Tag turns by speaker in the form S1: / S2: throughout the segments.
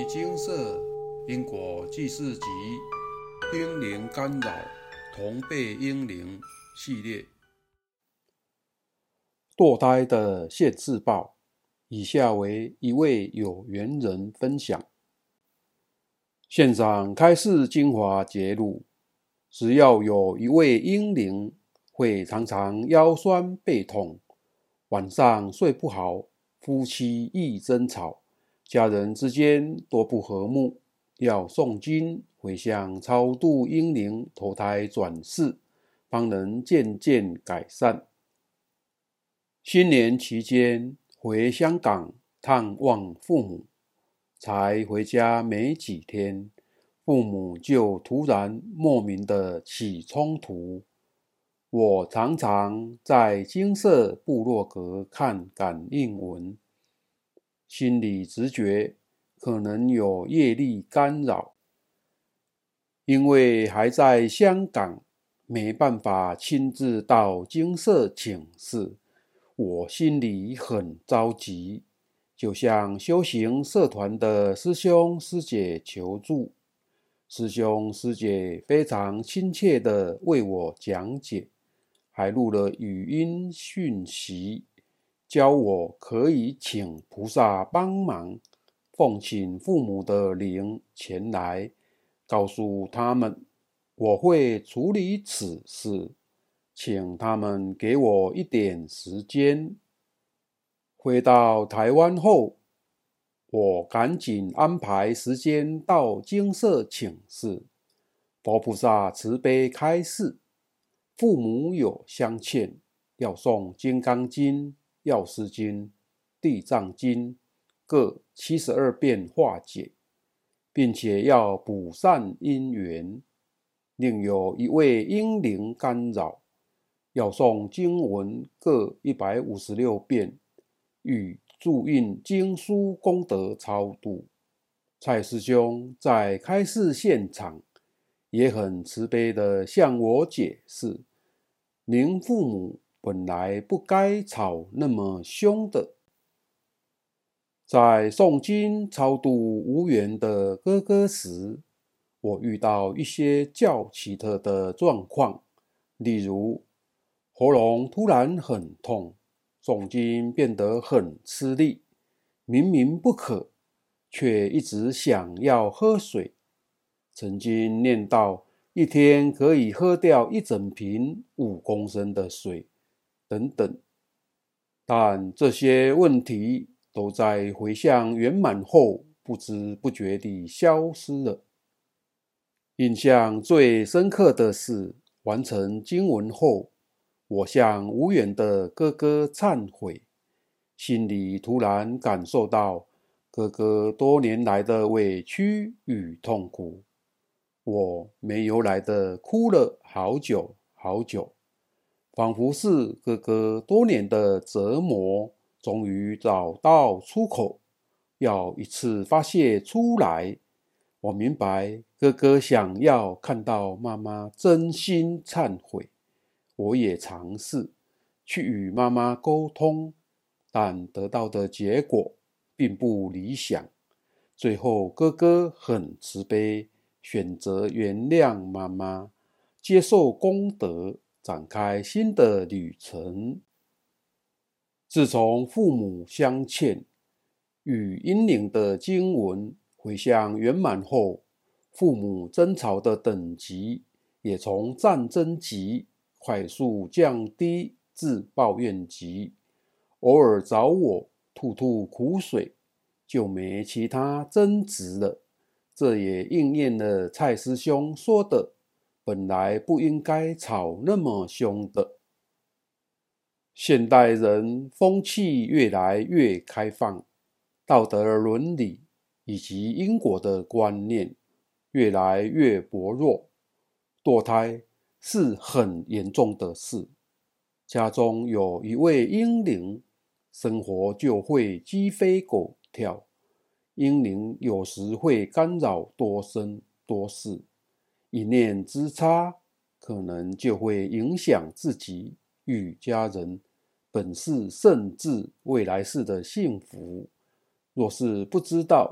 S1: 精舍因果记事集婴灵干扰同辈婴灵系列。堕胎的现世报，以下为一位有缘人分享。现场开示精华节录，只要有一位婴灵会常常腰酸背痛，晚上睡不好，夫妻易争吵，家人之间多不和睦，要诵经回向超度婴灵投胎转世，方能渐渐改善。新年期间回香港探望父母，才回家没几天，父母就突然莫名的起冲突。我常常在精舍部落格看感应文，心里直觉可能有业力干扰，因为还在香港，没办法亲自到精舍请示，我心里很着急，就向修行社团的师兄师姐求助。师兄师姐非常亲切地为我讲解，还录了语音讯息，教我可以请菩萨帮忙，奉请父母的灵前来，告诉他们我会处理此事，请他们给我一点时间。回到台湾后，我赶紧安排时间到精舍请示。佛菩萨慈悲开示，父母有相欠，要诵《金刚经》《药师经》《地藏经》各72遍化解，并且要补善因缘。另有一位婴灵干扰，要诵经文各156遍，与注印经书功德超度。蔡师兄在开示现场也很慈悲地向我解释，您父母本来不该吵那么凶的。在诵经超度无缘的哥哥时，我遇到一些较奇特的状况，例如喉咙突然很痛，诵经变得很吃力，明明不渴，却一直想要喝水，曾经念到一天可以喝掉一整瓶5公升的水等等。但这些问题都在回向圆满后不知不觉地消失了。印象最深刻的是，完成经文后，我向无缘的哥哥忏悔，心里突然感受到哥哥多年来的委屈与痛苦。我没由来的哭了好久好久，仿佛是哥哥多年的折磨终于找到出口，要一次发泄出来。我明白哥哥想要看到妈妈真心忏悔，我也尝试去与妈妈沟通，但得到的结果并不理想。最后哥哥很慈悲，选择原谅妈妈，接受功德，展开新的旅程。自从父母相欠与阴灵的经文回向圆满后，父母争吵的等级也从战争级快速降低至抱怨级，偶尔找我吐吐苦水，就没其他争执了。这也应验了蔡师兄说的，本来不应该吵那么凶的。现代人风气越来越开放，道德伦理以及因果的观念越来越薄弱，堕胎是很严重的事。家中有一位婴灵，生活就会鸡飞狗跳，婴灵有时会干扰多生多世，一念之差，可能就会影响自己与家人本世甚至未来世的幸福。若是不知道，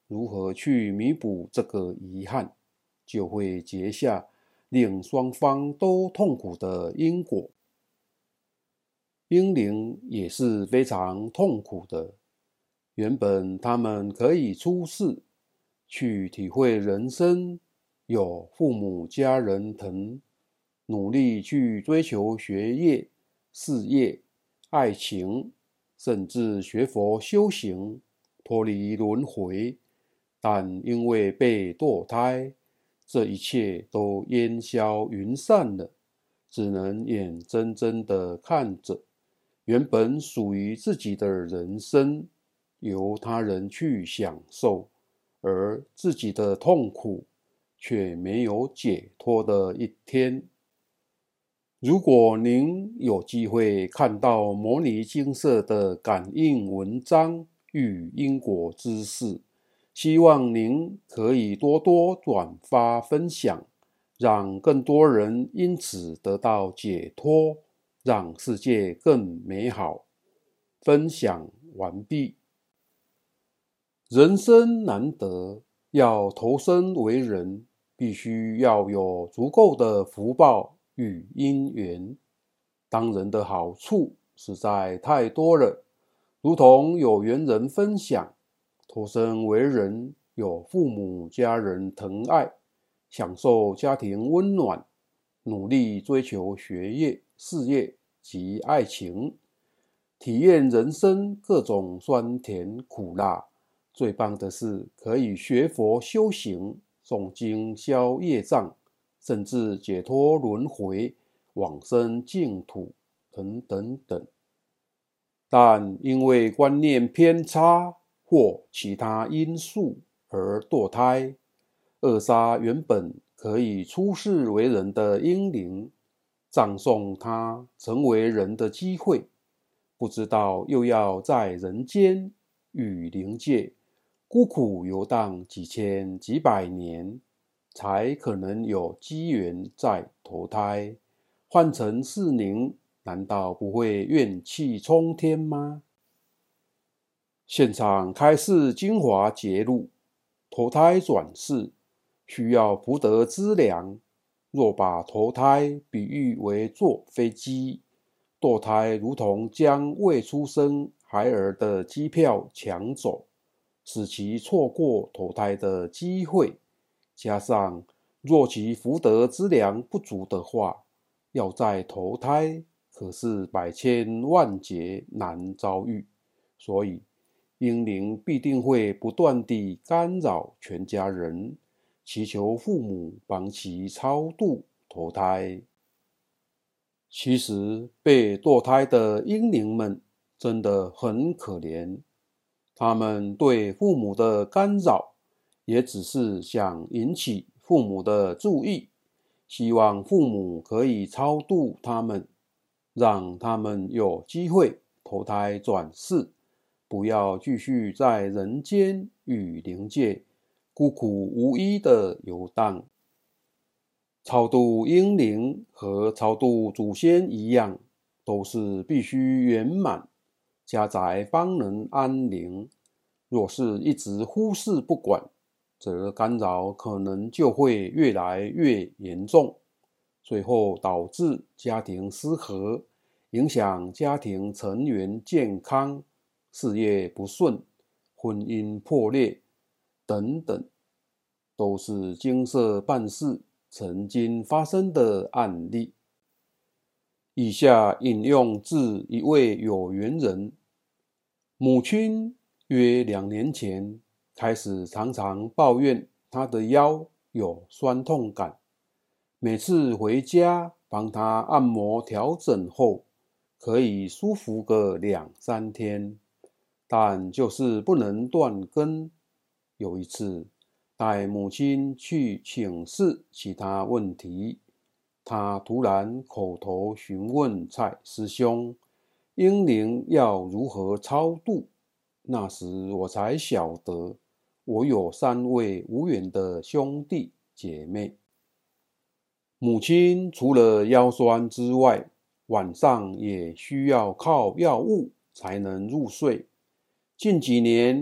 S1: 如何去弥补这个遗憾，就会结下令双方都痛苦的因果。婴灵也是非常痛苦的。原本他们可以出世，去体会人生，有父母家人疼，努力去追求学业、事业、爱情，甚至学佛修行，脱离轮回。但因为被堕胎，这一切都烟消云散了，只能眼睁睁地看着原本属于自己的人生由他人去享受，而自己的痛苦却没有解脱的一天。如果您有机会看到摩尼金色的感应文章与因果知识，希望您可以多多转发分享，让更多人因此得到解脱，让世界更美好。分享完毕。人生难得，要投身为人，必须要有足够的福报与因缘。当人的好处实在太多了，如同有缘人分享，投身为人，有父母家人疼爱，享受家庭温暖，努力追求学业、事业及爱情，体验人生各种酸甜苦辣。最棒的是可以学佛修行，诵经消业障，甚至解脱轮回，往生净土等等等。但因为观念偏差或其他因素而堕胎，扼杀原本可以出世为人的婴灵，葬送他成为人的机会，不知道又要在人间与灵界孤苦游荡几千几百年，才可能有机缘再投胎。换成是您，难道不会怨气冲天吗？现场开示精华节录：投胎转世需要福德资粮，若把投胎比喻为坐飞机，堕胎如同将未出生孩儿的机票抢走，使其错过投胎的机会。加上若其福德资粮不足的话，要再投胎可是百千万劫难遭遇，所以婴灵必定会不断地干扰全家人，祈求父母帮其超度投胎。其实被堕胎的婴灵们真的很可怜，他们对父母的干扰也只是想引起父母的注意，希望父母可以超度他们，让他们有机会投胎转世，不要继续在人间与灵界孤苦无依的游荡。超度婴灵和超度祖先一样，都是必须圆满，家宅方能安宁。若是一直忽视不管，则干扰可能就会越来越严重，最后导致家庭失和，影响家庭成员健康、事业不顺、婚姻破裂等等，都是精舍办事曾经发生的案例。以下引用自一位有缘人，母亲约2年前开始常常抱怨她的腰有酸痛感，每次回家帮她按摩调整后，可以舒服个2-3天，但就是不能断根。有一次带母亲去请示其他问题，她突然口头询问蔡师兄，婴灵要如何超度。那时我才晓得，我有3位无缘的兄弟姐妹。母亲除了腰酸之外，晚上也需要靠药物才能入睡。近几年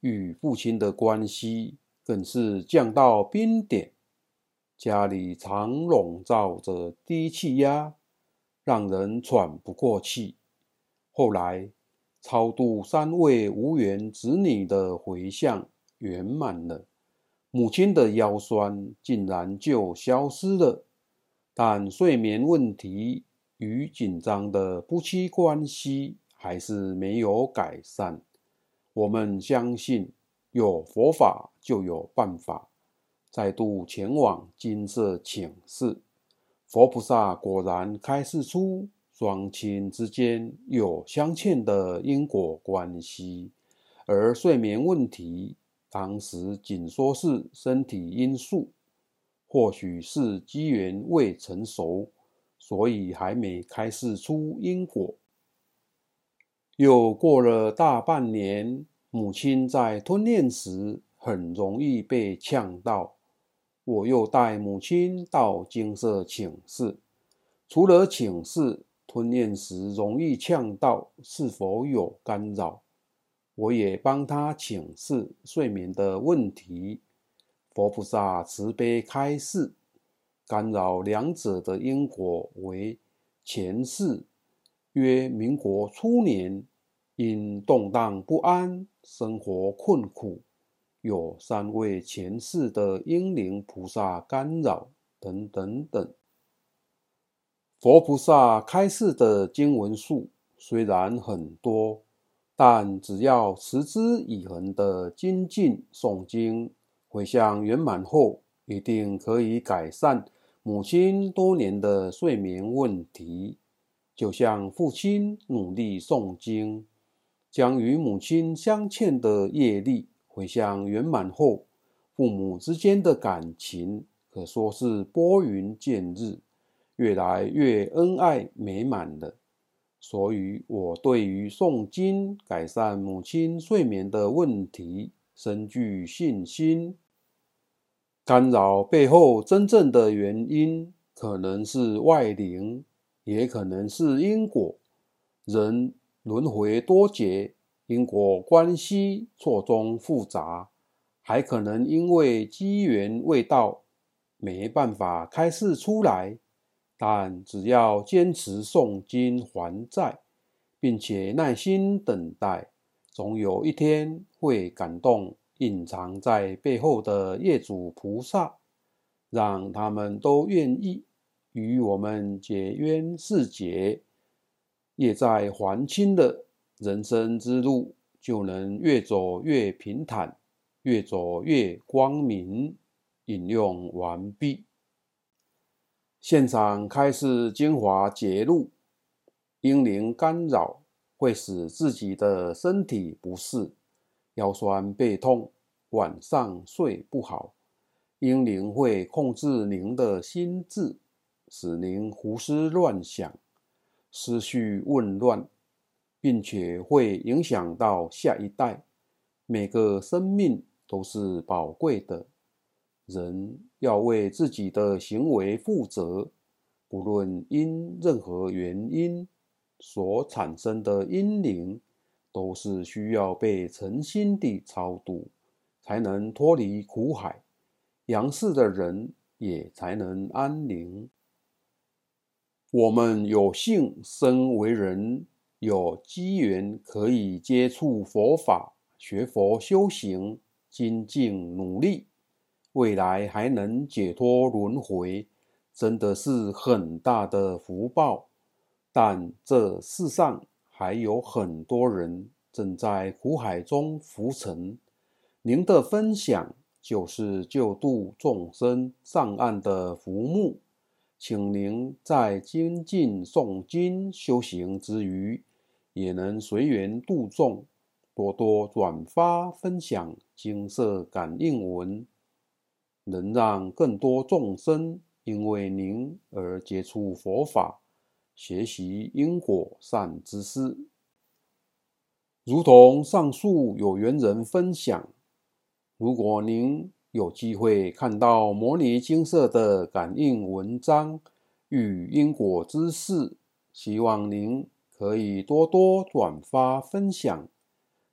S1: 与父亲的关系更是降到冰点，家里常笼罩着低气压，让人喘不过气。后来，超度3位无缘子女的回向圆满了，母亲的腰酸竟然就消失了，但睡眠问题与紧张的夫妻关系还是没有改善。我们相信，有佛法就有办法。再度前往精舍请示，佛菩萨果然开示出双亲之间有相欠的因果关系，而睡眠问题当时仅说是身体因素，或许是机缘未成熟，所以还没开示出因果。又过了大半年，母亲在吞咽时很容易被呛到，我又带母亲到精舍请示，除了请示吞咽时容易呛到是否有干扰，我也帮她请示睡眠的问题。佛菩萨慈悲开示，干扰两者的因果为前世约民国初年，因动荡不安，生活困苦，有3位前世的英灵菩萨干扰等等等。佛菩萨开示的经文数虽然很多，但只要持之以恒的精进诵经，回向圆满后，一定可以改善母亲多年的睡眠问题。就像父亲努力诵经，将与母亲相欠的业力回向圆满后，父母之间的感情可说是拨云见日，越来越恩爱美满了。所以我对于诵经改善母亲睡眠的问题深具信心。干扰背后真正的原因可能是外灵，也可能是因果。人轮回多劫，因果关系错综复杂，还可能因为机缘未到，没办法开示出来。但只要坚持诵经还债，并且耐心等待，总有一天会感动隐藏在背后的业主菩萨，让他们都愿意与我们结冤释结，业债还清了，人生之路就能越走越平坦，越走越光明。引用完毕。现场开示精华节录：阴灵干扰会使自己的身体不适，腰酸背痛，晚上睡不好。阴灵会控制您的心智，使您胡思乱想，思绪混乱，并且会影响到下一代。每个生命都是宝贵的，人要为自己的行为负责，不论因任何原因所产生的阴灵，都是需要被诚心地超度，才能脱离苦海，阳世的人也才能安宁。我们有幸生为人，有机缘可以接触佛法，学佛修行，精进努力，未来还能解脱轮回，真的是很大的福报。但这世上还有很多人正在苦海中浮沉，您的分享就是救度众生上岸的浮木，请您在精进诵经修行之余，也能随缘度众，多多转发分享精舍感应文，能让更多众生因为您而接触佛法，学习因果善知识。如同上述有缘人分享，如果您有机会看到摩尼精舍的感应文章与因果知识，希望您可以多多转发分享，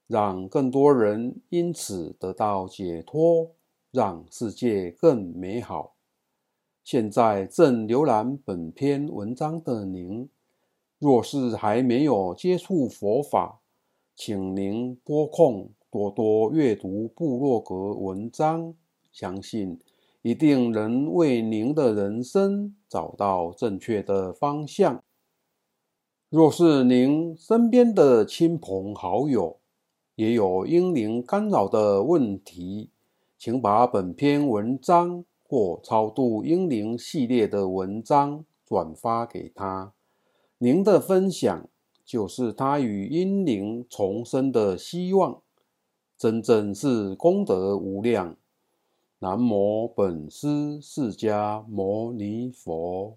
S1: 让更多人因此得到解脱，让世界更美好。现在正浏览本篇文章的您，若是还没有接触佛法，请您拨空多多阅读部落格文章，相信一定能为您的人生找到正确的方向。若是您身边的亲朋好友也有阴灵干扰的问题，请把本篇文章或超度阴灵系列的文章转发给他。您的分享就是他与阴灵重生的希望，真正是功德无量。南无本师释迦牟尼佛。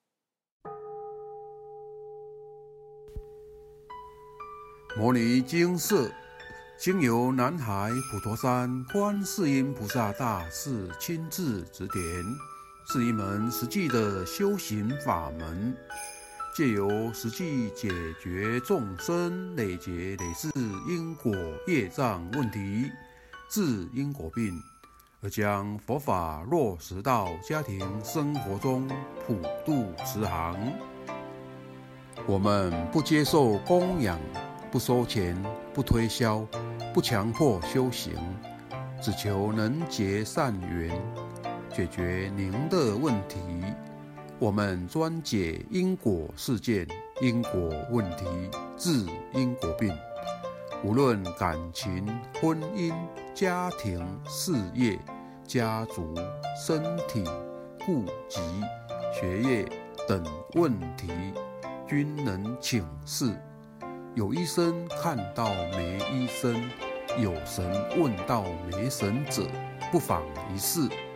S1: 摩尼精舍经由南海普陀山观世音菩萨大士亲自指点，是一门实际的修行法门，借由实际解决众生累劫累世因果业障问题，治因果病，而将佛法落实到家庭生活中，普度慈航。我们不接受供养，不收钱，不推销，不强迫修行，只求能结善缘，解决您的问题。我们专解因果事件、因果问题，治因果病。无论感情、婚姻、家庭、事业、家族、身体、户籍、学业等问题，均能请示。有医生看到没医生，有神问到没神者，不妨一试。